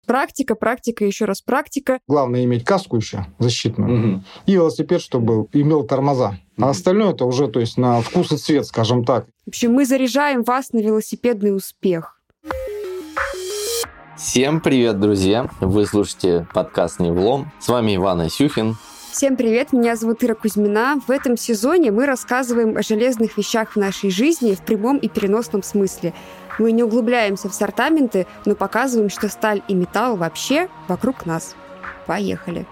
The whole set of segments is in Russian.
Практика, практика, еще раз практика. Главное иметь каску еще защитную. И велосипед, чтобы имел тормоза. А остальное это уже, то есть, на вкус и цвет, скажем так. В общем, мы заряжаем вас на велосипедный успех. Всем привет, друзья! Вы слушаете подкаст «Не влом». С вами Иван Асюхин. Всем привет, меня зовут Ира Кузьмина. В этом сезоне мы рассказываем о железных вещах в нашей жизни в прямом и переносном смысле. Мы не углубляемся в сортаменты, но показываем, что сталь и металл вообще вокруг нас. Поехали!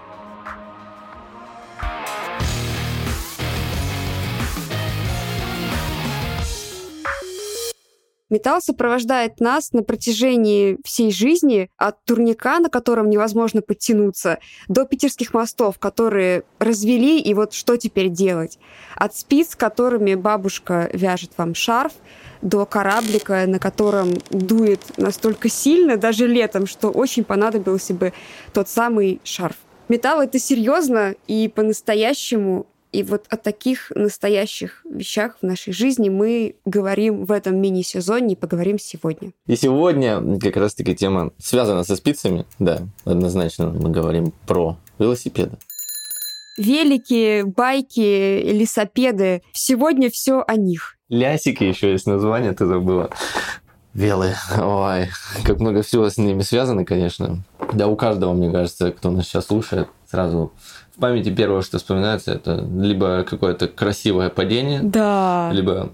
Металл сопровождает нас на протяжении всей жизни, от турника, на котором невозможно подтянуться, до питерских мостов, которые развели, и вот что теперь делать? От спиц, которыми бабушка вяжет вам шарф, до кораблика, на котором дует настолько сильно, даже летом, что очень понадобился бы тот самый шарф. Металл — это серьезно и по-настоящему. И вот о таких настоящих вещах в нашей жизни мы говорим в этом мини-сезоне и поговорим сегодня. И сегодня как раз-таки тема связана со спицами. Да, однозначно мы говорим про велосипеды. Велики, байки, лесопеды. Сегодня все о них. Лясики еще есть название, ты забыла. Велы. Ой, как много всего с ними связано, конечно. Да, у каждого, мне кажется, кто нас сейчас слушает, сразу в памяти первое, что вспоминается, это либо какое-то красивое падение, да, либо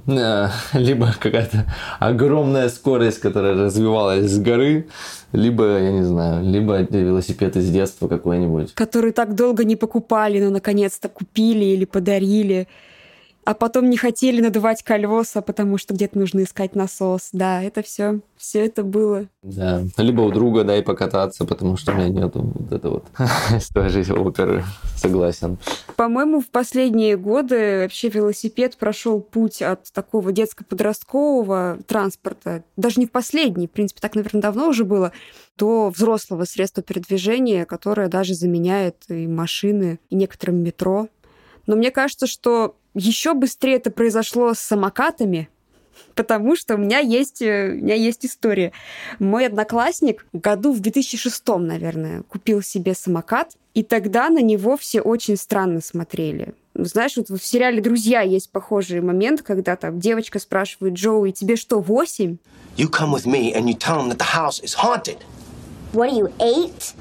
какая-то огромная скорость, которая развивалась с горы, либо, я не знаю, либо велосипед из детства какой-нибудь. Который так долго не покупали, но наконец-то купили или подарили. А потом не хотели надувать колеса, потому что где-то нужно искать насос. Да, это все это было. Да, либо у друга дай покататься, потому что у меня нету вот это вот из той же оперы, согласен. По-моему, в последние годы вообще велосипед прошел путь от такого детско-подросткового транспорта, даже не в последний, в принципе, так, наверное, давно уже было, до взрослого средства передвижения, которое даже заменяет и машины, и некоторым метро. Но мне кажется, что еще быстрее это произошло с самокатами, потому что у меня есть история. Мой одноклассник году в 2006, наверное, купил себе самокат, и тогда на него все очень странно смотрели. Знаешь, вот в сериале «Друзья» есть похожий момент, когда там девочка спрашивает Джоуи: «Тебе что, 8?» You come with me and you tell them that the house is haunted. What are you, 8?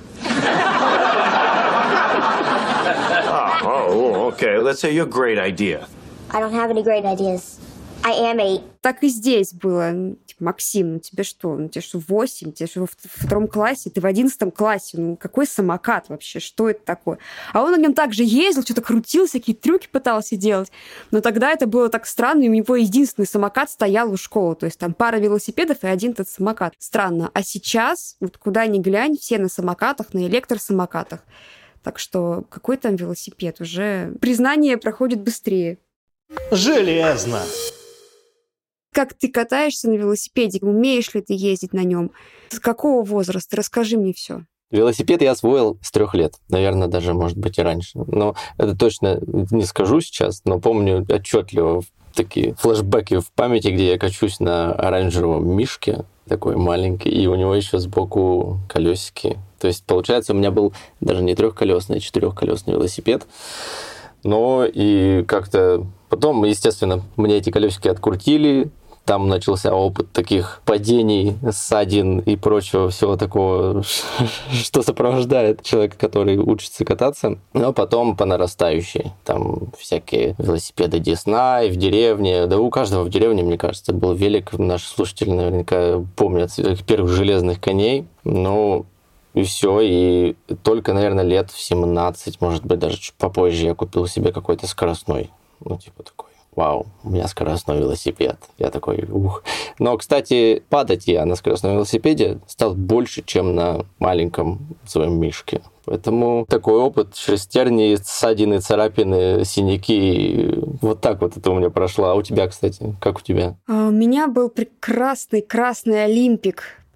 Oh, okay. Let's say your great idea. I don't have any great ideas. I am 8. Так и здесь было. Максим, тебе что? Тебе что, 8? Тебе что, во втором классе? Ты в 11 классе? Ну, какой самокат вообще? Что это такое? А он на нем также ездил, что-то крутил, всякие трюки пытался делать. Но тогда это было так странно, и у него единственный самокат стоял у школы. То есть там пара велосипедов и один этот самокат. Странно. А сейчас, вот куда ни глянь, все на самокатах, на электросамокатах. Так что какой там велосипед? Уже признание проходит быстрее. Железно! Как ты катаешься на велосипеде? Умеешь ли ты ездить на нем? С какого возраста? Расскажи мне все. Велосипед я освоил с 3 лет. Наверное, даже, может быть, и раньше. Но это точно не скажу сейчас, но помню отчетливо такие флешбеки в памяти, где я качусь на оранжевом мишке, такой маленький, и у него еще сбоку колесики. То есть, получается, у меня был даже не 3-колесный, а 4-колесный велосипед. Но и как-то потом, естественно, мне эти колесики открутили. Там начался опыт таких падений, ссадин и прочего всего такого, что сопровождает человека, который учится кататься. Но потом по нарастающей. Там всякие велосипеды Диснай в деревне. Да у каждого в деревне, мне кажется, был велик. Наши слушатели наверняка помнят первых железных коней. Ну, и все. И только, наверное, лет в 17, может быть, даже чуть попозже я купил себе какой-то скоростной. Ну, типа такой. Вау, у меня скоростной велосипед. Я такой, ух. Но, кстати, падать я на скоростном велосипеде стал больше, чем на маленьком своем мишке. Поэтому такой опыт, шестерни, ссадины, царапины, синяки. Вот так вот это у меня прошло. А у тебя, кстати, как у тебя? У меня был прекрасный красный Олимпик.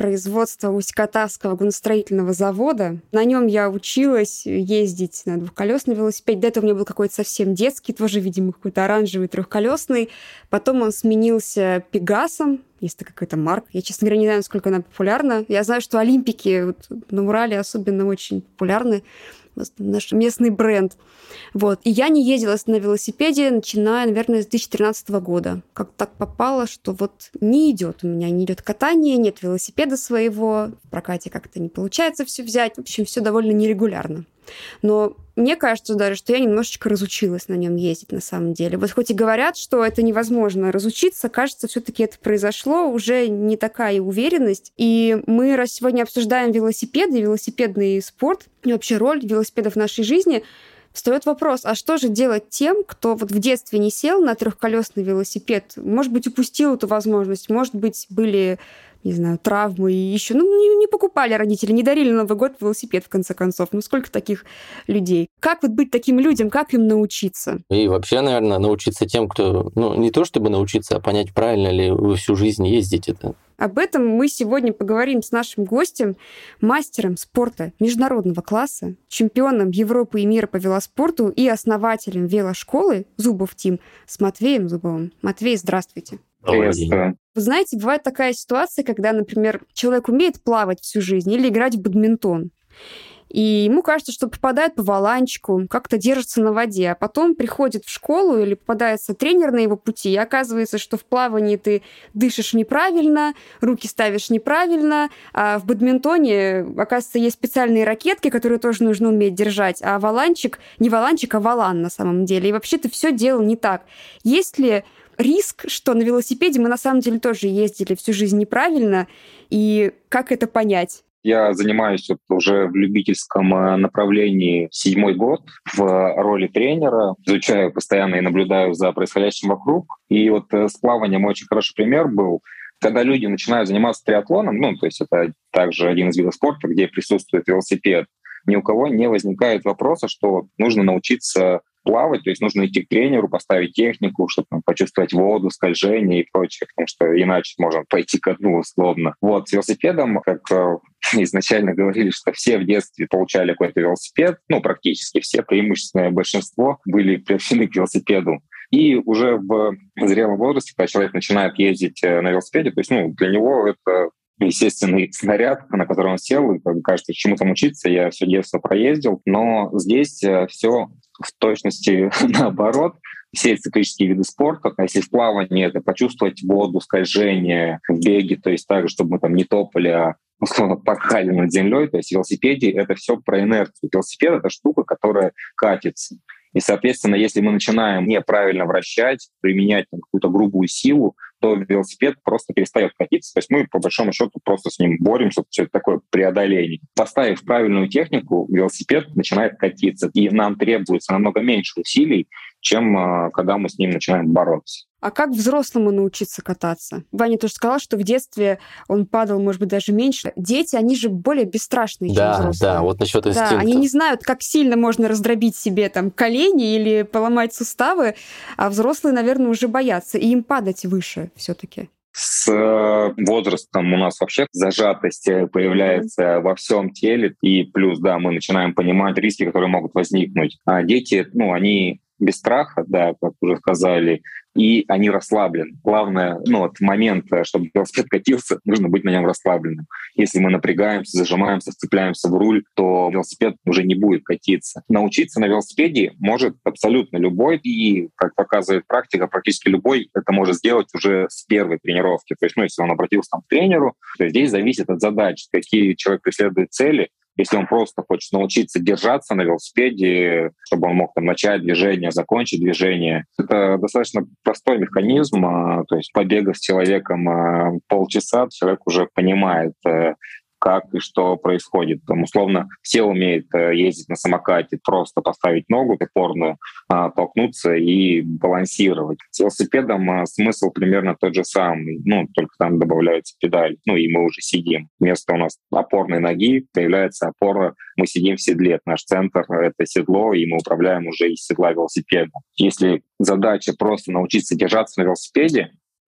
производства Усть-Катавского градостроительного завода. На нем я училась ездить на двухколесном велосипеде. До этого у меня был какой-то совсем детский, тоже, видимо, какой-то оранжевый трехколесный. Потом он сменился Пегасом. Есть такая какая-то марка. Я, честно говоря, не знаю, насколько она популярна. Я знаю, что олимпики вот, на Урале особенно очень популярны. Наш местный бренд. Вот. И я не ездила на велосипеде, начиная, наверное, с 2013 года. Как так попало, что вот не идет у меня, не идет катание, нет велосипеда своего, в прокате как-то не получается все взять. В общем, все довольно нерегулярно. Но мне кажется даже, что я немножечко разучилась на нем ездить на самом деле. Вот хоть и говорят, что это невозможно разучиться, кажется, все-таки это произошло, уже не такая уверенность. И мы раз сегодня обсуждаем велосипеды, велосипедный спорт и вообще роль велосипедов в нашей жизни, встает вопрос, а что же делать тем, кто вот в детстве не сел на трехколесный велосипед, может быть, упустил эту возможность, может быть, были, не знаю, травмы и еще, не покупали родители, не дарили на Новый год велосипед, в конце концов. Сколько таких людей? Как вот быть таким людям, как им научиться? И вообще, наверное, научиться тем, кто, не то чтобы научиться, а понять, правильно ли вы всю жизнь ездите. Об этом мы сегодня поговорим с нашим гостем, мастером спорта международного класса, чемпионом Европы и мира по велоспорту и основателем велошколы «Зубов Тим» с Матвеем Зубовым. Матвей, здравствуйте. Приветствую. Вы знаете, бывает такая ситуация, когда, например, человек умеет плавать всю жизнь или играть в бадминтон, и ему кажется, что попадает по валанчику, как-то держится на воде, а потом приходит в школу или попадается тренер на его пути, и оказывается, что в плавании ты дышишь неправильно, руки ставишь неправильно, а в бадминтоне, оказывается, есть специальные ракетки, которые тоже нужно уметь держать, а валанчик, не валанчик, а валан на самом деле, и вообще ты все делал не так. Есть ли риск, что на велосипеде мы на самом деле тоже ездили всю жизнь неправильно, и как это понять? Я занимаюсь уже в любительском направлении 7-й год в роли тренера. Изучаю постоянно и наблюдаю за происходящим вокруг. И вот с плаванием очень хороший пример был. Когда люди начинают заниматься триатлоном, то есть это также один из видов спорта, где присутствует велосипед, ни у кого не возникает вопроса, что нужно научиться плавать, то есть нужно идти к тренеру, поставить технику, чтобы почувствовать воду, скольжение и прочее, потому что иначе можно пойти ко дну условно. Вот, с велосипедом, как изначально говорили, что все в детстве получали какой-то велосипед, практически все, преимущественное большинство были приобщены к велосипеду. И уже в зрелом возрасте, когда человек начинает ездить на велосипеде, то есть для него это естественный снаряд, на который он сел, и кажется, чему-то учиться, я все детство проездил, но здесь все в точности наоборот. Все циклические виды спорта, если в плавании это почувствовать воду, скольжение, в беге, то есть так, чтобы мы там не топали, а условно порхали над землей, то есть в велосипеде это все про инерцию. Велосипед — это штука, которая катится. И, соответственно, если мы начинаем неправильно вращать, применять какую-то грубую силу, то велосипед просто перестает катиться. То есть мы, по большому счету, просто с ним боремся, все это такое преодоление. Поставив правильную технику, велосипед начинает катиться. И нам требуется намного меньше усилий, чем когда мы с ним начинаем бороться. А как взрослому научиться кататься? Ваня тоже сказал, что в детстве он падал, может быть, даже меньше. Дети, они же более бесстрашные, чем взрослые. Да, вот насчет инстинкта. Да, они не знают, как сильно можно раздробить себе там колени или поломать суставы, а взрослые, наверное, уже боятся, и им падать выше все-таки. С возрастом у нас вообще зажатость появляется во всем теле, и плюс, мы начинаем понимать риски, которые могут возникнуть. А дети, они без страха, как уже сказали, и они расслаблены. Главное, момент, чтобы велосипед катился, нужно быть на нем расслабленным. Если мы напрягаемся, зажимаемся, вцепляемся в руль, то велосипед уже не будет катиться. Научиться на велосипеде может абсолютно любой, и, как показывает практика, практически любой это может сделать уже с первой тренировки. То есть, если он обратился к тренеру, то здесь зависит от задач, какие человек преследует цели. Если он просто хочет научиться держаться на велосипеде, чтобы он мог начать движение, закончить движение, это достаточно простой механизм. То есть побегав с человеком полчаса, человек уже понимает, как и что происходит. Условно, все умеют ездить на самокате, просто поставить ногу опорную, толкнуться и балансировать. С велосипедом смысл примерно тот же самый, только там добавляется педаль, и мы уже сидим. Вместо у нас опорной ноги появляется опора, мы сидим в седле. Наш центр — это седло, и мы управляем уже из седла велосипеда. Если задача просто научиться держаться на велосипеде,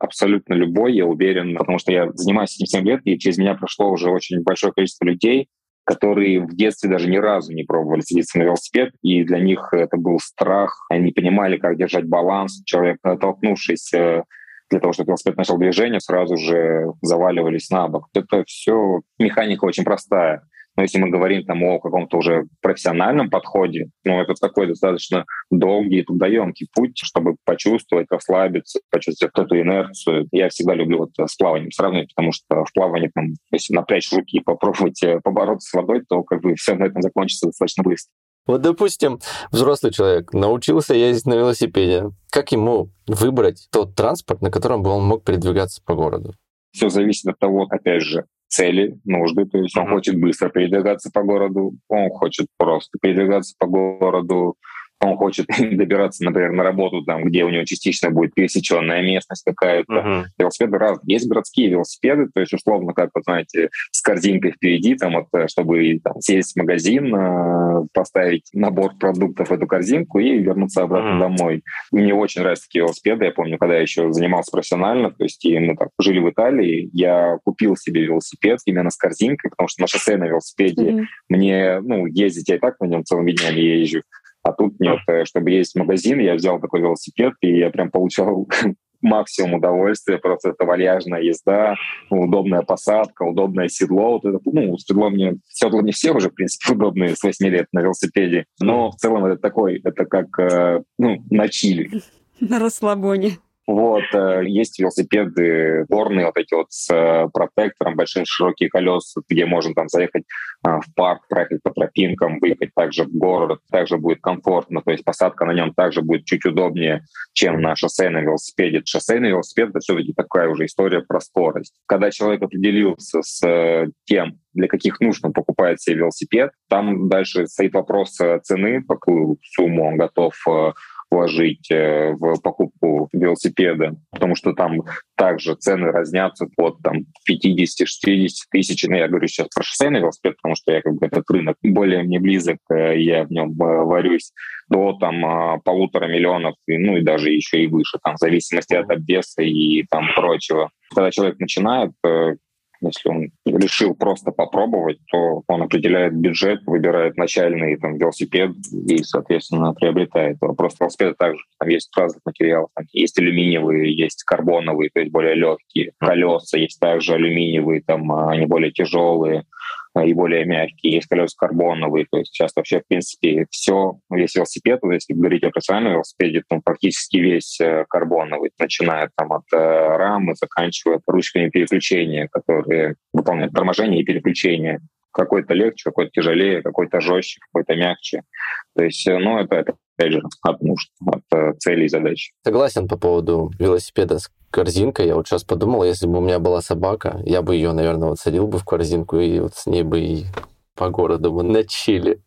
абсолютно любой, я уверен, потому что я занимаюсь этим 7 лет, и через меня прошло уже очень большое количество людей, которые в детстве даже ни разу не пробовали садиться на велосипед, и для них это был страх, они не понимали, как держать баланс. Человек, оттолкнувшись для того, чтобы велосипед начал движение, сразу же заваливались на бок. Это все механика очень простая. Но если мы говорим там о каком-то уже профессиональном подходе, это такой достаточно долгий и трудоемкий путь, чтобы почувствовать, расслабиться, почувствовать эту инерцию. Я всегда люблю с плаванием сравнивать, потому что в плавании, если напрячь руки и попробовать побороться с водой, то все на этом закончится достаточно быстро. Вот, допустим, взрослый человек научился ездить на велосипеде. Как ему выбрать тот транспорт, на котором бы он мог передвигаться по городу? Все зависит от того, опять же, цели, нужды. То есть он хочет быстро передвигаться по городу, он хочет просто передвигаться по городу, он хочет добираться, например, на работу, там, где у него частично будет пересеченная местность какая-то. Велосипеды разные. Есть городские велосипеды, то есть условно, как, знаете, с корзинкой впереди, чтобы сесть в магазин, поставить набор продуктов в эту корзинку и вернуться обратно домой. Мне очень нравятся такие велосипеды. Я помню, когда я еще занимался профессионально, то есть и мы жили в Италии, я купил себе велосипед именно с корзинкой, потому что на шоссе на велосипеде мне, ездить я и так на нем целыми днями езжу. А тут нет, чтобы ездить в магазин, я взял такой велосипед, и я прям получал максимум удовольствия. Просто это вальяжная езда, удобная посадка, удобное седло. Седло не все уже, в принципе, удобные с 8 лет на велосипеде. Но в целом это как на чили. На расслабоне. Есть велосипеды горные, с протектором, большие широкие колеса, где можно заехать в парк, проехать по тропинкам, выехать также в город, также будет комфортно, то есть посадка на нем также будет чуть удобнее, чем на шоссейном велосипеде. Шоссейный велосипед — это все-таки такая уже история про скорость. Когда человек определился с тем, для каких нужд он покупает себе велосипед, там дальше стоит вопрос цены, какую сумму он готов вложить в покупку велосипеда, потому что там также цены разнятся от 50-60 тысяч. Я говорю сейчас про шоссейный велосипед, потому что я этот рынок более мне близок, я в нем варюсь, до 1,5 миллиона, и даже еще и выше, в зависимости от обвеса и прочего. Когда человек начинает, если он решил просто попробовать, то он определяет бюджет, выбирает начальный велосипед и, соответственно, приобретает его. Просто велосипеды также есть разных материалов. Есть алюминиевые, есть карбоновые, то есть более легкие. Колеса есть также алюминиевые, они более тяжелые и более мягкие. Есть колеса карбоновые. То есть сейчас вообще, в принципе, весь велосипед, если говорить о профессиональном велосипеде, то практически весь карбоновый, начиная от рамы, заканчивая ручками переключения, которые выполняют торможение и переключение. Какой-то легче, какой-то тяжелее, какой-то жестче, какой-то мягче. То есть, это опять же от нужд, от целей и задач. Согласен по поводу велосипеда с корзинкой. Я сейчас подумал, если бы у меня была собака, я бы ее, наверное, садил бы в корзинку и с ней бы и по городу бы на чили.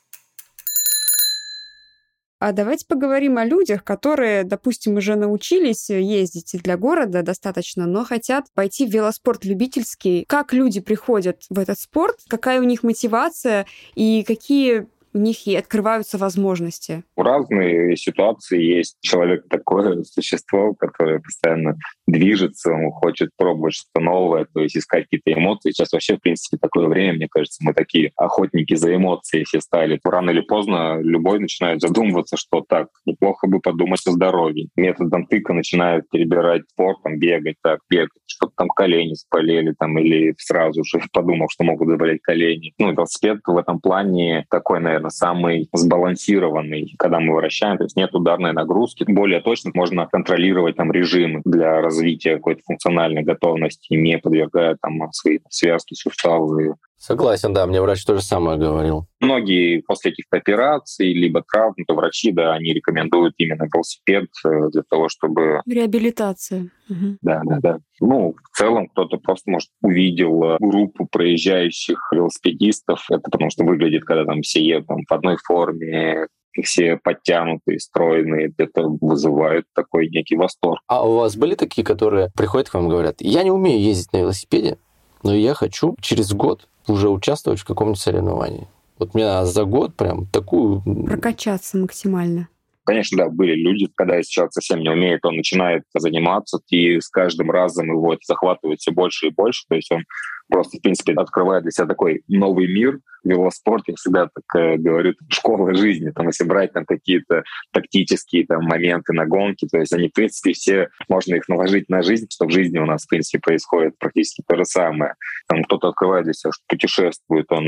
А давайте поговорим о людях, которые, допустим, уже научились ездить для города достаточно, но хотят пойти в велоспорт любительский. Как люди приходят в этот спорт? Какая у них мотивация и какие у них и открываются возможности? Разные ситуации есть. Человек такое существо, которое постоянно движется, он хочет пробовать что-то новое, то есть искать какие-то эмоции. Сейчас вообще, в принципе, такое время, мне кажется, мы такие охотники за эмоции все стали. Рано или поздно любой начинает задумываться, что так, неплохо бы подумать о здоровье. Методом тыка начинают перебирать спорт, бегать, чтобы колени заболели, или сразу же подумал, что могут заболеть колени. Велосипед в этом плане такой, наверное, самый сбалансированный, когда мы вращаем, то есть нет ударной нагрузки. Более точно можно контролировать режимы для развития какой-то функциональной готовности, не подвергая свои связки, суставы. Согласен, да, мне врач то же самое говорил. Многие после каких-то операций либо травм, то врачи, они рекомендуют именно велосипед для того, чтобы... Реабилитация. Да. В целом кто-то просто, может, увидел группу проезжающих велосипедистов. Это потому что выглядит, когда все едут в одной форме, все подтянутые, стройные, это вызывает такой некий восторг. А у вас были такие, которые приходят к вам и говорят: я не умею ездить на велосипеде, но я хочу через год уже участвовать в каком-нибудь соревновании? Мне за год прям такую... Прокачаться максимально. Конечно, да, были люди, когда если человек совсем не умеет, он начинает заниматься, и с каждым разом его это захватывает все больше и больше. То есть он просто, в принципе, открывает для себя такой новый мир. Велоспорт, я всегда так говорю, школа жизни. Там, если брать там какие-то тактические там моменты на гонке, то есть они, в принципе, все, можно их наложить на жизнь, что в жизни у нас, в принципе, происходит практически то же самое. Там кто-то открывает для себя, что путешествует, он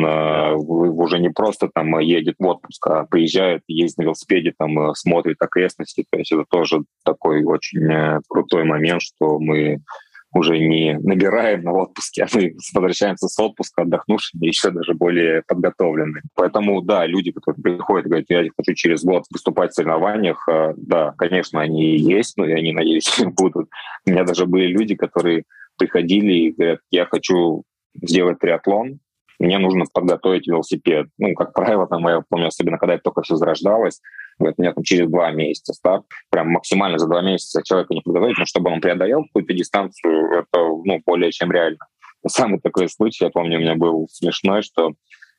уже не просто там едет в отпуск, а приезжает, ездит на велосипеде, там смотрит окрестности. То есть это тоже такой очень крутой момент, что мы уже не набираем на отпуске, а мы возвращаемся с отпуска отдохнувшими, еще даже более подготовленные. Поэтому, да, люди, которые приходят и говорят, я хочу через год выступать в соревнованиях, да, конечно, они и есть, но я не надеюсь, будут. У меня даже были люди, которые приходили и говорят, я хочу сделать триатлон, мне нужно подготовить велосипед. Ну, как правило, там, я помню, особенно когда это только все зарождалось, говорят, у меня там через 2 месяца старт. Прям максимально за 2 месяца человека не подготовить, но чтобы он преодолел какую-то дистанцию, это более чем реально. Самый такой случай, я помню, у меня был смешной, что,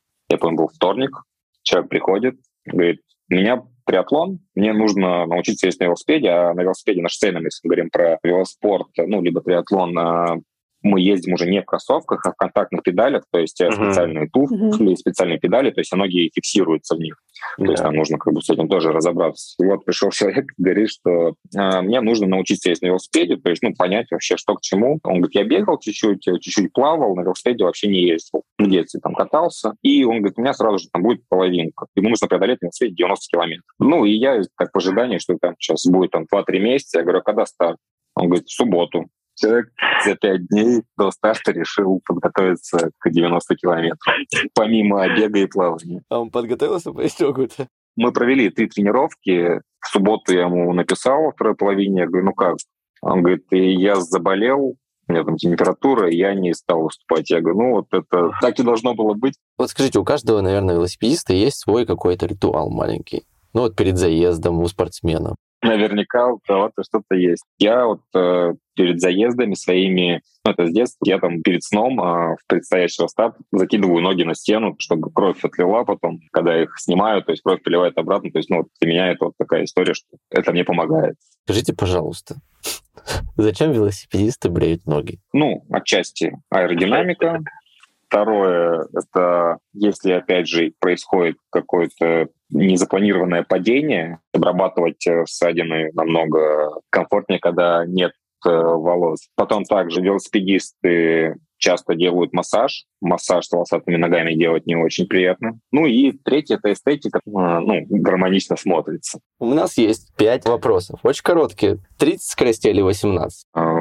я помню, был вторник, человек приходит, говорит, у меня триатлон, мне нужно научиться ездить на велосипеде, а на велосипеде, на шоссейном, если мы говорим про велоспорт, либо триатлон, мы ездим уже не в кроссовках, а в контактных педалях, то есть специальные туфли, специальные педали, то есть ноги фиксируются в них. То есть нам нужно с этим тоже разобраться. И вот пришел человек и говорит, что мне нужно научиться ездить на велосипеде, то есть понять вообще, что к чему. Он говорит, я бегал чуть-чуть плавал, на велосипеде вообще не ездил. В детстве там катался, и он говорит, у меня сразу же там будет половинка. Ему нужно преодолеть на велосипеде 90 километров. И я так в ожидании, что там сейчас будет 2-3 месяца, я говорю, а когда старт? Он говорит, в субботу. Человек за 5 дней до старта решил подготовиться к 90 километров, помимо бега и плавания. А он подготовился по итогу-то? Мы провели 3 тренировки. В субботу я ему написал во второй половине. Я говорю, ну как? Он говорит, я заболел, у меня там температура, и я не стал выступать. Я говорю, это так и должно было быть. Вот скажите, у каждого, наверное, велосипедиста есть свой какой-то ритуал маленький. Перед заездом у спортсменов. Наверняка у кого-то что-то есть. Я перед заездами своими, это с детства, я там перед сном в предстоящего старта закидываю ноги на стену, чтобы кровь отлила потом, когда их снимаю, то есть кровь приливает обратно. То есть, для меня это такая история, что это мне помогает. Скажите, пожалуйста, зачем велосипедисты бреют ноги? Отчасти аэродинамика. Второе, это если, опять же, происходит какое-то незапланированное падение, обрабатывать ссадины намного комфортнее, когда нет волос. Потом также велосипедисты часто делают массаж. Массаж с волосатыми ногами делать не очень приятно. И третье — это эстетика. Гармонично смотрится. У нас есть 5 вопросов. Очень короткие. 30 скоростей или 18?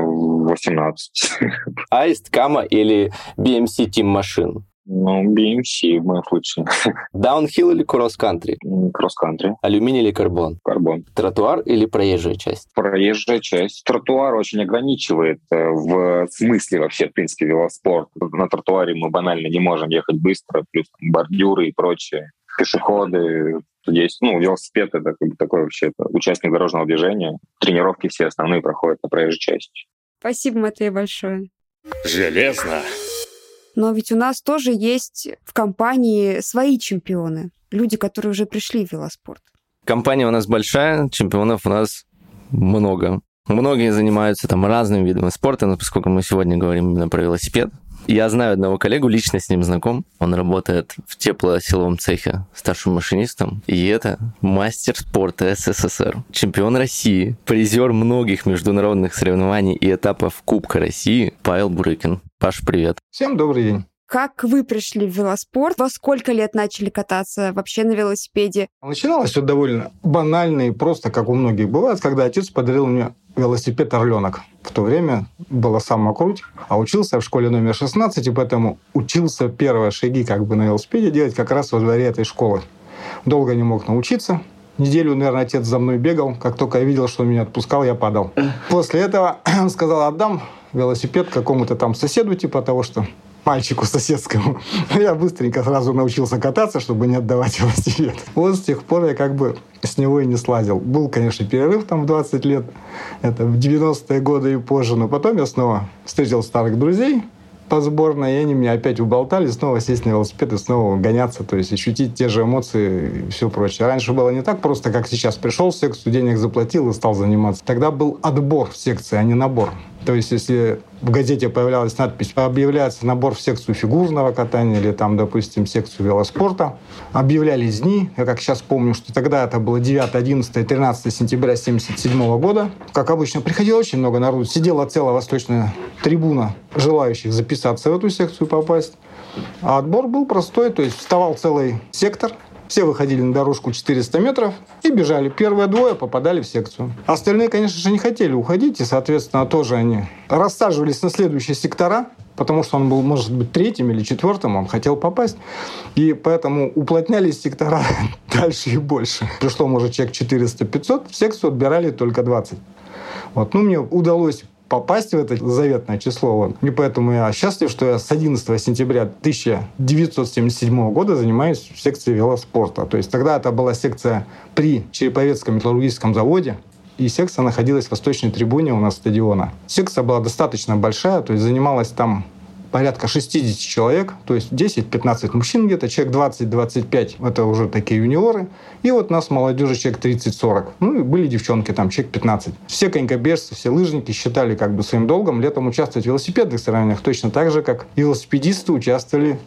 18. Аист, Кама или BMC Team Machine? BMC в моем случае. Даунхилл или кросс-кантри? Кросс-кантри. Алюминий или карбон? Карбон. Тротуар или проезжая часть? Проезжая часть. Тротуар очень ограничивает в смысле вообще, в принципе, велоспорт. На тротуаре мы банально не можем ехать быстро, плюс бордюры и прочее. Пешеходы. Здесь, велосипед — это такой вообще участник дорожного движения. Тренировки все основные проходят на проезжей части. Спасибо, Матвей, большое. Железно. Но ведь у нас тоже есть в компании свои чемпионы. Люди, которые уже пришли в велоспорт. Компания у нас большая, чемпионов у нас много. Многие занимаются разными видами спорта, но поскольку мы сегодня говорим именно про велосипед, я знаю одного коллегу, лично с ним знаком. Он работает в теплосиловом цехе старшим машинистом. И это мастер спорта СССР, чемпион России, призер многих международных соревнований и этапов Кубка России Павел Бурыкин. Паш, привет. Всем добрый день. Как вы пришли в велоспорт? Во сколько лет начали кататься вообще на велосипеде? Начиналось все довольно банально и просто, как у многих бывает, когда отец подарил мне велосипед «Орленок». В то время была самая круть, а учился в школе номер 16, и поэтому учился первые шаги на велосипеде делать как раз во дворе этой школы. Долго не мог научиться. Неделю, наверное, отец за мной бегал. Как только я видел, что он меня отпускал, я падал. После этого он сказал, отдам велосипед какому-то там соседу, типа того, что мальчику соседскому. Я быстренько сразу научился кататься, чтобы не отдавать велосипед. Вот с тех пор я с него и не слазил. Был, конечно, перерыв в 20 лет. Это в 90-е годы и позже. Но потом я снова встретил старых друзей. по сборной, и они меня опять уболтали, снова сесть на велосипед и снова гоняться, то есть ощутить те же эмоции и все прочее. Раньше было не так просто, как сейчас. Пришел в секцию, денег заплатил и стал заниматься. Тогда был отбор в секции, а не набор. То есть, если в газете появлялась надпись «Объявляется набор в секцию фигурного катания» или там, допустим, секцию велоспорта, объявлялись дни. Я как сейчас помню, что тогда это было 9, 11 и 13 сентября 1977 года. Как обычно, приходило очень много народу. Сидела целая восточная трибуна желающих записаться в эту секцию попасть. А отбор был простой, то есть вставал целый сектор. Все выходили на дорожку 400 метров и бежали. Первые двое попадали в секцию. Остальные, конечно же, не хотели уходить, и, соответственно, тоже они рассаживались на следующие сектора, потому что он был, может быть, третьим или четвертым, он хотел попасть. И поэтому уплотнялись сектора дальше и больше. Пришло, может, человек 400-500, в секцию отбирали только 20. Вот. Ну, мне удалось попасть в это заветное число. И поэтому я счастлив, что я с 11 сентября 1977 года занимаюсь в секции велоспорта. То есть тогда это была секция при Череповецком металлургическом заводе, и секция находилась в восточной трибуне у нас стадиона. Секция была достаточно большая, то есть занималась там порядка 60 человек, то есть 10-15 мужчин где-то, человек 20-25, это уже такие юниоры. И вот нас, молодежи, человек 30-40. Ну и были девчонки, там человек 15. Все конькобежцы, все лыжники считали как бы своим долгом летом участвовать в велосипедных соревнованиях, точно так же, как велосипедисты участвовали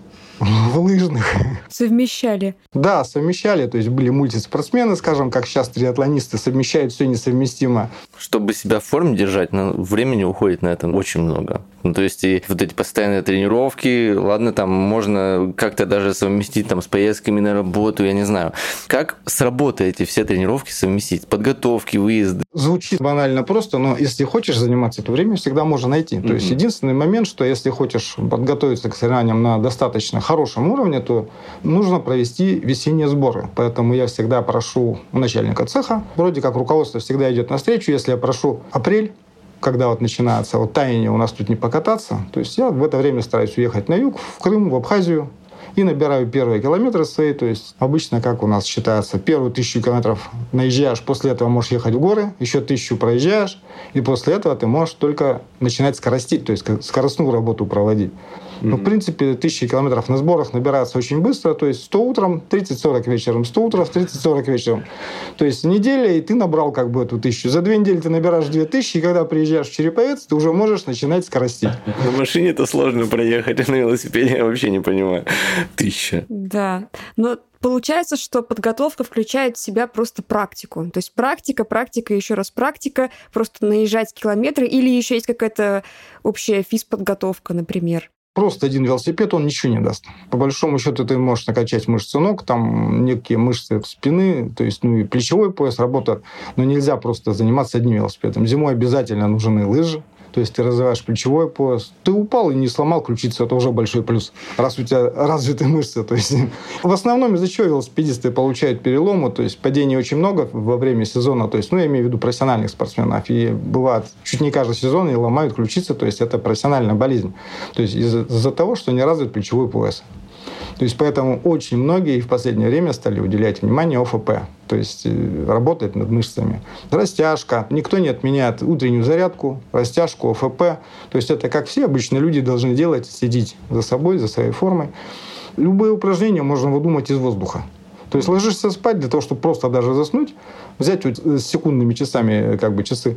в лыжных. Совмещали. Да, совмещали. То есть были мультиспортсмены, скажем, как сейчас триатлонисты, совмещают все несовместимо. Чтобы себя в форме держать, времени уходит на это очень много. Ну, то есть и вот эти постоянные тренировки, ладно, там можно как-то даже совместить там с поездками на работу, я не знаю. Как с работы эти все тренировки совместить? Подготовки, выезды? Звучит банально просто, но если хочешь заниматься, то время всегда можно найти. То есть единственный момент, что если хочешь подготовиться к соревнованиям на достаточно хорошем уровне, то нужно провести весенние сборы. Поэтому я всегда прошу у начальника цеха, вроде как руководство всегда идет навстречу, если я прошу апрель, когда вот начинается вот таяние, у нас тут не покататься, то есть я в это время стараюсь уехать на юг, в Крым, в Абхазию, и набираю первые километры свои. То есть обычно, как у нас считается, первую 1000 километров наезжаешь, после этого можешь ехать в горы, еще 1000 проезжаешь, и после этого ты можешь только начинать скоростить, то есть скоростную работу проводить. Но, в принципе, 1000 километров на сборах набирается очень быстро. То есть 100 утром, 30-40 вечером, 100 утром, 30-40 вечером. То есть неделя, и ты набрал как бы эту 1000. За 2 недели ты набираешь 2000, и когда приезжаешь в Череповец, ты уже можешь начинать скоростить. На машине это сложно проехать, а на велосипеде я вообще не понимаю. 1000. Да. Но получается, что подготовка включает в себя просто практику. То есть практика, еще раз практика, просто наезжать километры, или еще есть какая-то общая физподготовка, например. Просто один велосипед, он ничего не даст. По большому счету ты можешь накачать мышцы ног, там некие мышцы спины, то есть и плечевой пояс работает, но нельзя просто заниматься одним велосипедом. Зимой обязательно нужны лыжи. То есть ты развиваешь плечевой пояс. Ты упал и не сломал ключицу, это уже большой плюс. Раз у тебя развиты мышцы. То есть в основном из-за чего велосипедисты получают переломы, то есть падений очень много во время сезона. То есть, я имею в виду профессиональных спортсменов. И бывает, чуть не каждый сезон они ломают ключицы, то есть это профессиональная болезнь. То есть из-за того, что не развит плечевой пояс. То есть поэтому очень многие в последнее время стали уделять внимание ОФП. То есть работать над мышцами. Растяжка. Никто не отменяет утреннюю зарядку, растяжку, ОФП. То есть это как все обычные люди должны делать, следить за собой, за своей формой. Любые упражнения можно выдумать из воздуха. То есть ложишься спать для того, чтобы просто даже заснуть, взять с секундными часами часы.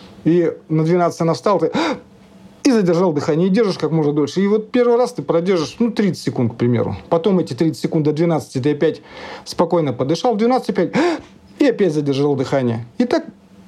И на 12 она встал, ты... И задержал дыхание, и держишь как можно дольше. И вот первый раз ты продержишь 30 секунд, к примеру. Потом эти 30 секунд до 12 ты опять спокойно подышал. В 12 опять и опять задержал дыхание. И так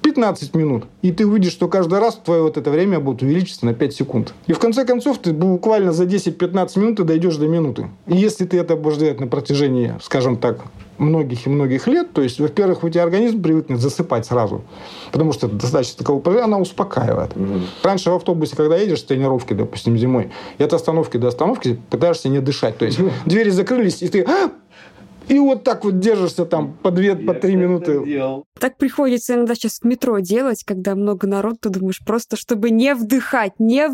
15 минут. И ты увидишь, что каждый раз твое вот это время будет увеличиться на 5 секунд. И в конце концов ты буквально за 10-15 минут ты дойдешь до минуты. И если ты это будешь делать на протяжении, скажем так, многих и многих лет, то есть, во-первых, у тебя организм привыкнет засыпать сразу, потому что достаточно такого упражнения, она успокаивает. Раньше в автобусе, когда едешь с тренировки, допустим, зимой, и от остановки до остановки пытаешься не дышать. То есть двери закрылись, и ты... И вот так вот держишься там по 2-3 минуты. Так приходится иногда сейчас в метро делать, когда много народу, ты думаешь, просто чтобы не вдыхать.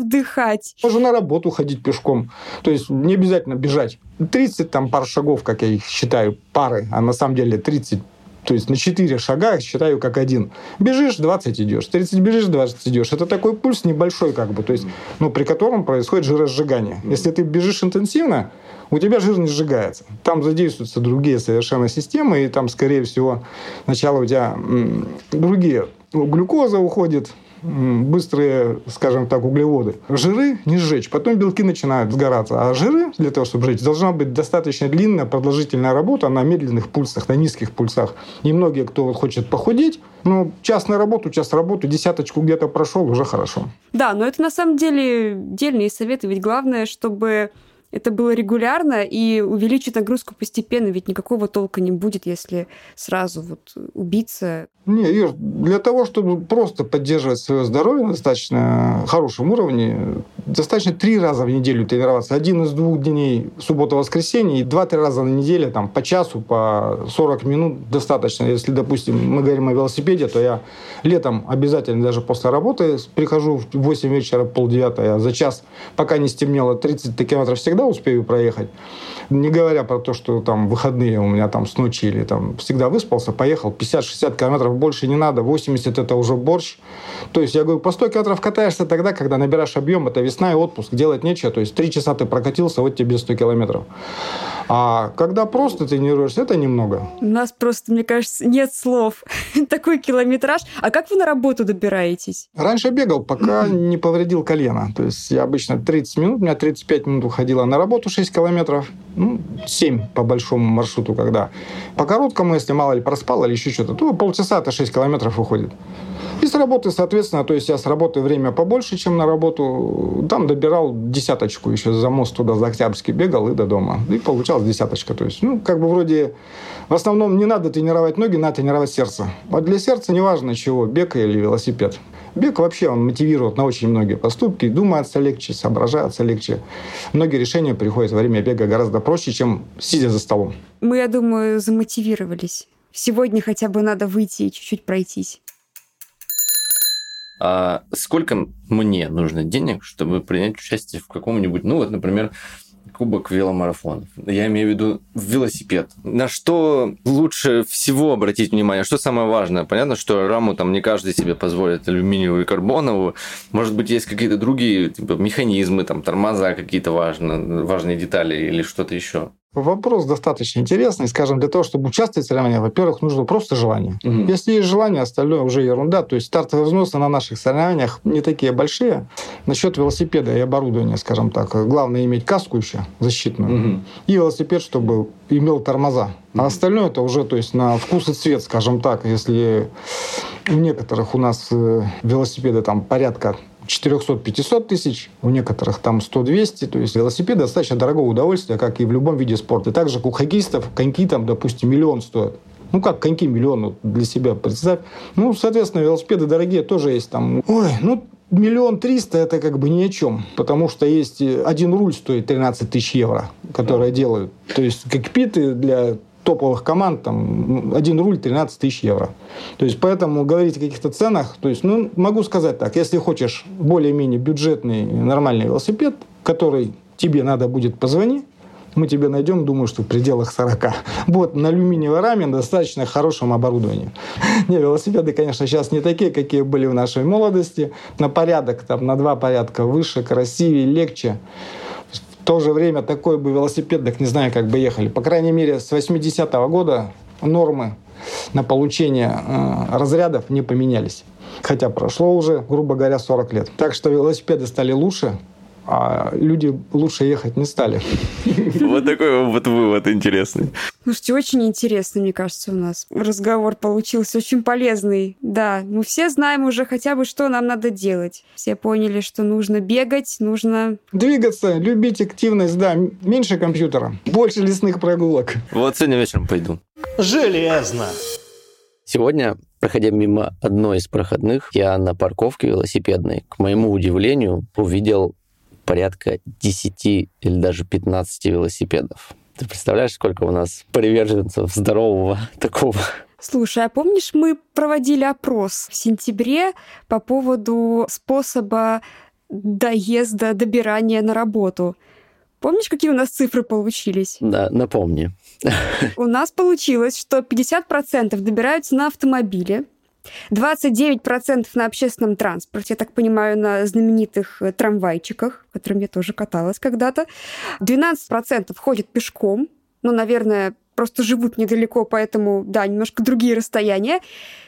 Можно на работу ходить пешком. То есть не обязательно бежать. 30 пар шагов, как я их считаю, пары, а на самом деле 30 То есть на 4 шага считаю как один. Бежишь, 20 идешь. 30 бежишь, 20 идешь. Это такой пульс небольшой, как бы, то есть, при котором происходит жиросжигание. Если ты бежишь интенсивно, у тебя жир не сжигается. Там задействуются другие совершенно системы, и там, скорее всего, сначала у тебя другие. Глюкоза уходит, быстрые, скажем так, углеводы. Жиры не сжечь, потом белки начинают сгораться. А жиры, для того, чтобы сжечь, должна быть достаточно длинная, продолжительная работа на медленных пульсах, на низких пульсах. И многие, кто хочет похудеть, час на работу, час работу, 10 где-то прошел, уже хорошо. Да, но это на самом деле дельные советы. Ведь главное, чтобы это было регулярно и увеличить нагрузку постепенно, ведь никакого толка не будет, если сразу убиться. Не, Ир, для того, чтобы просто поддерживать свое здоровье на достаточно хорошем уровне, достаточно 3 раза в неделю тренироваться. 1 из 2 дней, суббота-воскресенье, и 2-3 раза на неделю, по часу, по 40 минут достаточно. Если, допустим, мы говорим о велосипеде, то я летом обязательно даже после работы прихожу в 8 вечера, 8:30, я за час, пока не стемнело, 30 километров всегда успею проехать. Не говоря про то, что выходные у меня с ночи или всегда выспался, поехал, 50-60 километров больше не надо, 80 это уже борщ. То есть я говорю, по 100 километров катаешься тогда, когда набираешь объем, это весна и отпуск, делать нечего, то есть 3 часа ты прокатился, вот тебе 100 километров. А когда просто тренируешься, это немного. У нас просто, мне кажется, нет слов. Такой километраж. А как вы на работу добираетесь? Раньше бегал, пока не повредил колено. То есть я обычно 30 минут, у меня 35 минут уходила на работу 6 километров, 7 по большому маршруту, когда. По короткому, если мало ли проспал или еще что-то, то полчаса это 6 километров уходит. И с работы, соответственно, то есть я с работы время побольше, чем на работу, там добирал 10 еще за мост туда, за Октябрьский бегал и до дома. И получалось 10. То есть, вроде, в основном не надо тренировать ноги, надо тренировать сердце. А для сердца неважно чего, бег или велосипед. Бег вообще, он мотивирует на очень многие поступки, думается легче, соображается легче. Многие решения приходят во время бега гораздо проще, чем сидя за столом. Мы, я думаю, замотивировались. Сегодня хотя бы надо выйти и чуть-чуть пройтись. А сколько мне нужно денег, чтобы принять участие в каком-нибудь, например, кубок веломарафонов? Я имею в виду велосипед. На что лучше всего обратить внимание? Что самое важное? Понятно, что раму не каждый себе позволит, алюминиевую и карбоновую. Может быть, есть какие-то другие механизмы, тормоза какие-то важные детали или что-то еще? Вопрос достаточно интересный. Скажем, для того, чтобы участвовать в соревнованиях, во-первых, нужно просто желание. Если есть желание, остальное уже ерунда. То есть стартовые взносы на наших соревнованиях не такие большие. Насчет велосипеда и оборудования, скажем так, главное иметь каску еще защитную и велосипед, чтобы имел тормоза. А остальное это уже, то есть, на вкус и цвет, скажем так. Если у некоторых у нас велосипеды порядка 400-500 тысяч, у некоторых 100-200. То есть велосипед достаточно дорогое удовольствие, как и в любом виде спорта. Также как у хоккеистов коньки, допустим, 1 000 000 стоят. Как коньки 1 миллион для себя представь. Соответственно, велосипеды дорогие тоже есть 1 300 000 это ни о чем. Потому что есть один руль стоит 13 000 евро, которые делают. То есть кокпиты для топовых команд, 1 руль 13 000 евро. То есть, поэтому говорить о каких-то ценах, то есть, могу сказать так, если хочешь более-менее бюджетный, нормальный велосипед, который тебе надо будет, позвони, мы тебе найдем, думаю, что в пределах 40. На алюминиевой раме достаточно хорошем оборудовании. Велосипеды, конечно, сейчас не такие, какие были в нашей молодости. На порядок, на 2 порядка выше, красивее, легче. В то же время такой бы велосипед, так не знаю, как бы ехали. По крайней мере, с 80-го года нормы на получение разрядов не поменялись. Хотя прошло уже, грубо говоря, 40 лет. Так что велосипеды стали лучше, а люди лучше ехать не стали. Вот такой вывод интересный. Слушайте, очень интересно, мне кажется, у нас разговор получился, очень полезный. Да, мы все знаем уже хотя бы, что нам надо делать. Все поняли, что нужно бегать, нужно... Двигаться, любить активность, да. Меньше компьютера, больше лесных прогулок. Вот сегодня вечером пойду. Железно. Сегодня, проходя мимо одной из проходных, я на парковке велосипедной, к моему удивлению, увидел порядка 10 или даже 15 велосипедов. Ты представляешь, сколько у нас приверженцев здорового такого? Слушай, а помнишь, мы проводили опрос в сентябре по поводу способа доезда, добирания на работу? Помнишь, какие у нас цифры получились? Да, напомни. У нас получилось, что 50% добираются на автомобиле, 29% на общественном транспорте, я так понимаю, на знаменитых трамвайчиках, которыми я тоже каталась когда-то. 12% ходят пешком, наверное, просто живут недалеко, поэтому, да, немножко другие расстояния.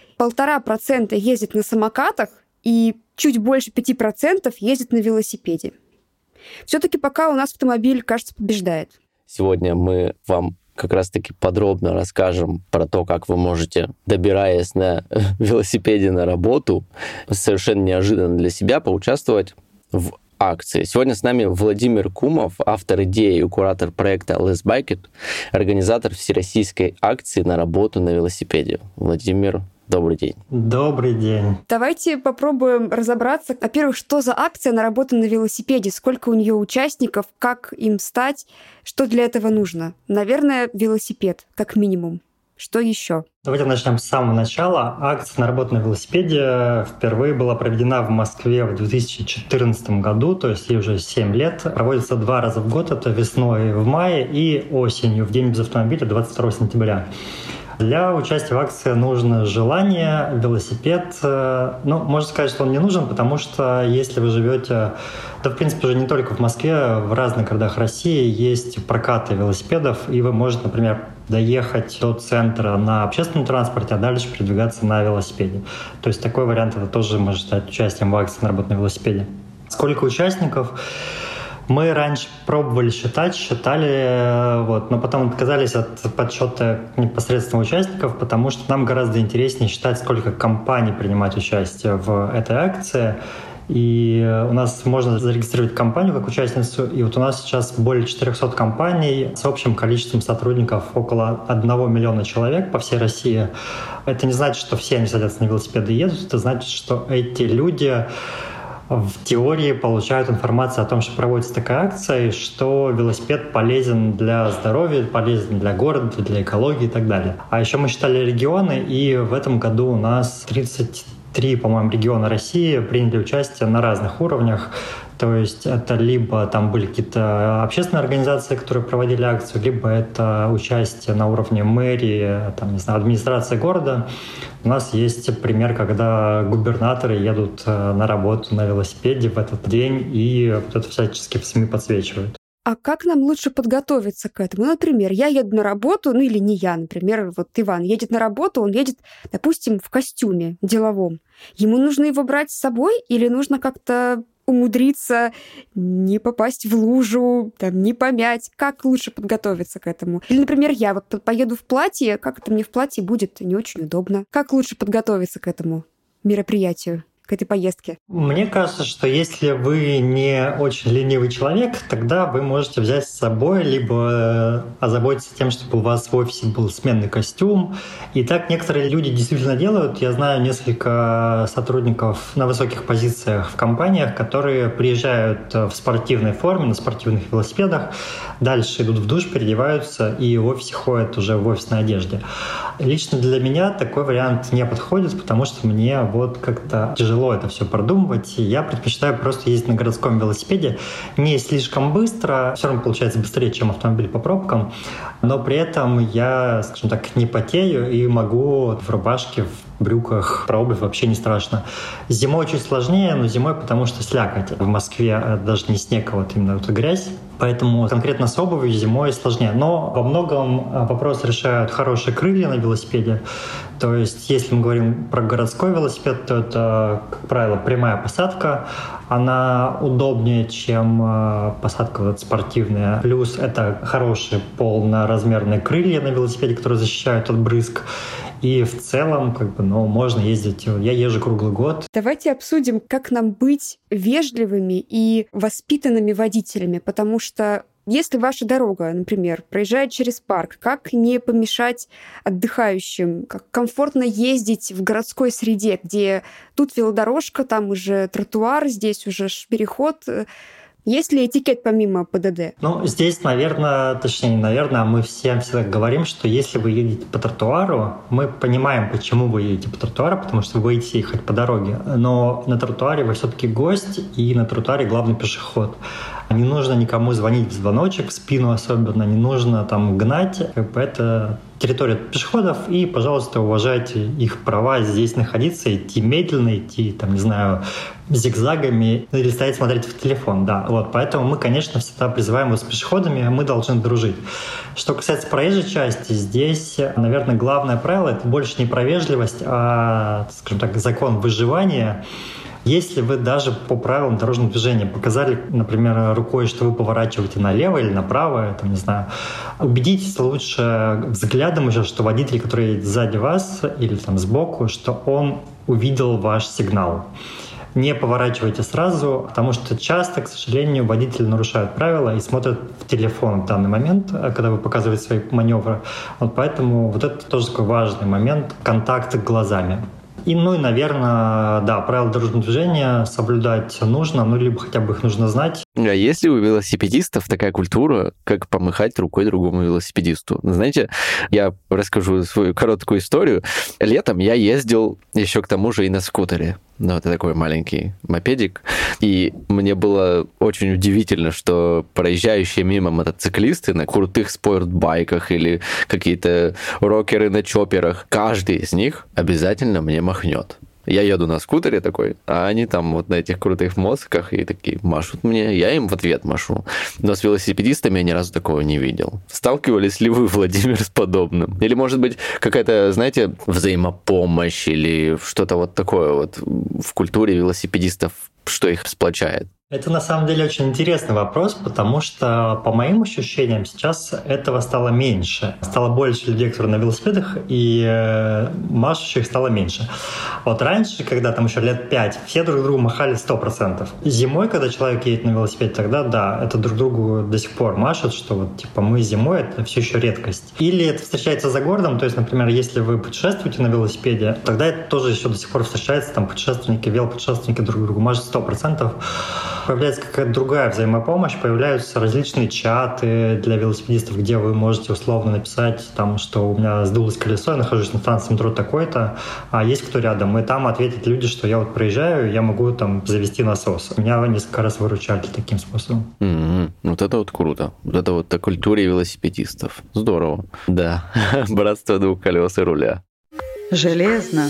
1,5% ездят на самокатах, и чуть больше 5% ездят на велосипеде. Все-таки пока у нас автомобиль, кажется, побеждает. Сегодня мы вам как раз-таки подробно расскажем про то, как вы можете, добираясь на велосипеде на работу, совершенно неожиданно для себя поучаствовать в акции. Сегодня с нами Владимир Кумов, автор идеи и куратор проекта Let's Bike It, организатор всероссийской акции на работу на велосипеде. Владимир, добрый день. Добрый день. Давайте попробуем разобраться, во-первых, что за акция на работу на велосипеде, сколько у нее участников, как им стать, что для этого нужно. Наверное, велосипед, как минимум. Что еще? Давайте начнем с самого начала. Акция на работу на велосипеде впервые была проведена в Москве в 2014 году, то есть ей уже 7 лет. Проводится 2 раза в год, это весной в мае и осенью, в день без автомобиля, 22 сентября. Для участия в акции нужно желание, велосипед. Можно сказать, что он не нужен, потому что если вы живете, в принципе, уже не только в Москве, в разных городах России есть прокаты велосипедов, и вы можете, например, доехать до центра на общественном транспорте, а дальше передвигаться на велосипеде. То есть такой вариант это тоже может стать участием в акции на работу на велосипеде. Сколько участников? Мы раньше пробовали считали, но потом отказались от подсчета непосредственно участников, потому что нам гораздо интереснее считать, сколько компаний принимает участие в этой акции. И у нас можно зарегистрировать компанию как участницу, и вот у нас сейчас более 400 компаний с общим количеством сотрудников около 1 миллиона человек по всей России. Это не значит, что все они садятся на велосипеды и едут, это значит, что эти люди в теории получают информацию о том, что проводится такая акция, и что велосипед полезен для здоровья, полезен для города, для экологии и так далее. А еще мы считали регионы, и в этом году у нас 33, по-моему, региона России приняли участие на разных уровнях. То есть это либо там были какие-то общественные организации, которые проводили акцию, либо это участие на уровне мэрии, администрации города. У нас есть пример, когда губернаторы едут на работу на велосипеде в этот день и вот это всячески в СМИ подсвечивают. А как нам лучше подготовиться к этому? Например, я еду на работу, или не я, например, Иван едет на работу, он едет, допустим, в костюме деловом. Ему нужно его брать с собой или нужно как-то умудриться не попасть в лужу, не помять? Как лучше подготовиться к этому? Или, например, я поеду в платье, как это мне в платье будет не очень удобно. Как лучше подготовиться к этому мероприятию, к этой поездке? Мне кажется, что если вы не очень ленивый человек, тогда вы можете взять с собой, либо озаботиться тем, чтобы у вас в офисе был сменный костюм. И так некоторые люди действительно делают. Я знаю несколько сотрудников на высоких позициях в компаниях, которые приезжают в спортивной форме, на спортивных велосипедах, дальше идут в душ, переодеваются и в офисе ходят уже в офисной одежде. Лично для меня такой вариант не подходит, потому что мне как-то тяжело это все продумывать. Я предпочитаю просто ездить на городском велосипеде. Не слишком быстро, все равно получается быстрее, чем автомобиль по пробкам, но при этом я, скажем так, не потею и могу в рубашке, в брюках, про обувь вообще не страшно. Зимой чуть сложнее, но зимой потому что слякоть. В Москве даже не снег, а именно грязь. Поэтому конкретно с обувью зимой сложнее. Но во многом вопрос решают хорошие крылья на велосипеде. То есть, если мы говорим про городской велосипед, то это, как правило, прямая посадка. Она удобнее, чем посадка спортивная. Плюс это хорошие полноразмерные крылья на велосипеде, которые защищают от брызг. И в целом, можно ездить. Я езжу круглый год. Давайте обсудим, как нам быть вежливыми и воспитанными водителями, потому что если ваша дорога, например, проезжает через парк, как не помешать отдыхающим, как комфортно ездить в городской среде, где тут велодорожка, там уже тротуар, здесь уже переход. Есть ли этикет помимо ПДД? Здесь, наверное, мы всем всегда говорим, что если вы едете по тротуару, мы понимаем, почему вы едете по тротуару, потому что вы будете ехать по дороге. Но на тротуаре вы все-таки гость, и на тротуаре главный пешеход. Не нужно никому звонить в звоночек, в спину особенно, не нужно там гнать. Это территория пешеходов, и, пожалуйста, уважайте их права здесь находиться, идти медленно, идти, там, не знаю, зигзагами или стоять смотреть в телефон, да. Вот, поэтому мы, конечно, всегда призываем вас с пешеходами, мы должны дружить. Что касается проезжей части, здесь, наверное, главное правило — это больше не про вежливость, а, скажем так, закон выживания. Если вы даже по правилам дорожного движения показали, например, рукой, что вы поворачиваете налево или направо, там, не знаю, убедитесь лучше взглядом уже, что водитель, который едет сзади вас или там сбоку, что он увидел ваш сигнал. Не поворачивайте сразу, потому что часто, к сожалению, водители нарушают правила и смотрят в телефон в данный момент, когда вы показываете свои маневры. Вот поэтому вот это тоже такой важный момент — контакт глазами. И, наверное, да, правила дорожного движения соблюдать нужно, либо хотя бы их нужно знать. А есть ли у велосипедистов такая культура, как помахать рукой другому велосипедисту? Знаете, я расскажу свою короткую историю. Летом я ездил еще к тому же и на скутере. Это такой маленький мопедик. И мне было очень удивительно, что проезжающие мимо мотоциклисты на крутых спортбайках или какие-то рокеры на чоперах, каждый из них обязательно мне махнет. Я еду на скутере такой, а они там вот на этих крутых мотоциклах и такие машут мне, я им в ответ машу. Но с велосипедистами я ни разу такого не видел. Сталкивались ли вы, Владимир, с подобным? Или, может быть, какая-то, знаете, взаимопомощь или что-то вот такое вот в культуре велосипедистов, что их сплочает? Это на самом деле очень интересный вопрос, потому что, по моим ощущениям, сейчас этого стало меньше. Стало больше людей, которые на велосипедах, и машущих стало меньше. Вот раньше, когда там еще лет 5, все друг другу махали 100%. Зимой, когда человек едет на велосипеде, тогда да, это друг другу до сих пор машут, что вот типа мы зимой, это все еще редкость. Или это встречается за городом, то есть, например, если вы путешествуете на велосипеде, тогда это тоже еще до сих пор встречается, там путешественники, велопутешественники друг другу машут 100%. Появляется какая-то другая взаимопомощь, появляются различные чаты для велосипедистов, где вы можете условно написать, там, что у меня сдулось колесо, я нахожусь на станции метро такой-то, а есть кто рядом, и там ответят люди, что я вот проезжаю, я могу там завести насос. Меня несколько раз выручали таким способом. Вот это вот круто. Вот это вот о культуре велосипедистов. Здорово. Да, братство двух колес и руля. Железно.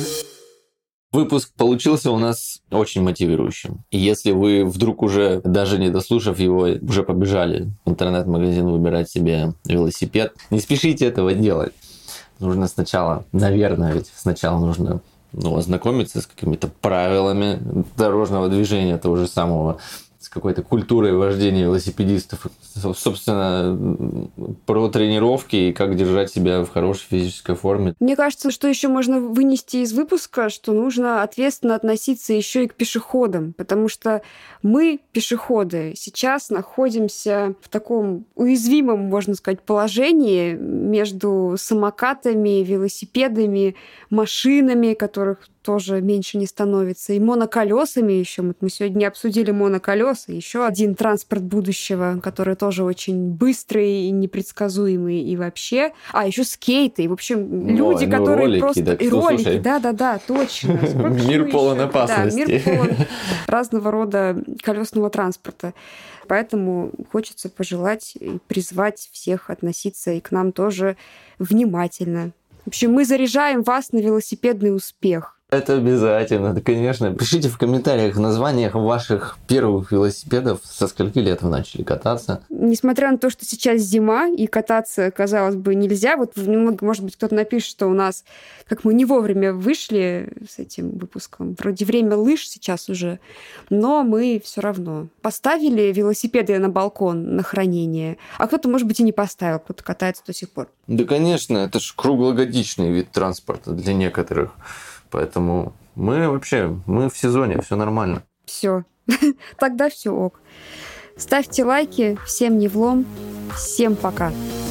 Выпуск получился у нас очень мотивирующим. И если вы вдруг уже, даже не дослушав его, уже побежали в интернет-магазин выбирать себе велосипед, не спешите этого делать. Нужно сначала, наверное, ведь сначала нужно ознакомиться с какими-то правилами дорожного движения того же самого, с какой-то культурой вождения велосипедистов, собственно, про тренировки и как держать себя в хорошей физической форме. Мне кажется, что еще можно вынести из выпуска, что нужно ответственно относиться еще и к пешеходам, потому что мы, пешеходы, сейчас находимся в таком уязвимом, можно сказать, положении между самокатами, велосипедами, машинами, которых тоже меньше не становится, и моноколесами еще. Мы сегодня не обсудили моноколеса, еще один транспорт будущего, который тоже очень быстрый и непредсказуемый и вообще. А еще скейты. И, в общем, люди, которые ролики, просто... Да, и ролики, да, точно. Мир полон опасностей. Да, мир полон разного рода колесного транспорта. Поэтому хочется пожелать и призвать всех относиться и к нам тоже внимательно. В общем, мы заряжаем вас на велосипедный успех. Это обязательно, да, конечно. Пишите в комментариях названиях ваших первых велосипедов, со скольки лет вы начали кататься. Несмотря на то, что сейчас зима, и кататься, казалось бы, нельзя, вот, может быть, кто-то напишет, что у нас, как мы не вовремя вышли с этим выпуском, вроде время лыж сейчас уже, но мы все равно поставили велосипеды на балкон на хренение, а кто-то, может быть, и не поставил, кто-то катается до сих пор. Да, конечно, это же круглогодичный вид транспорта для некоторых. Поэтому мы в сезоне, все нормально. Все. Тогда все ок. Ставьте лайки, всем не влом, всем пока.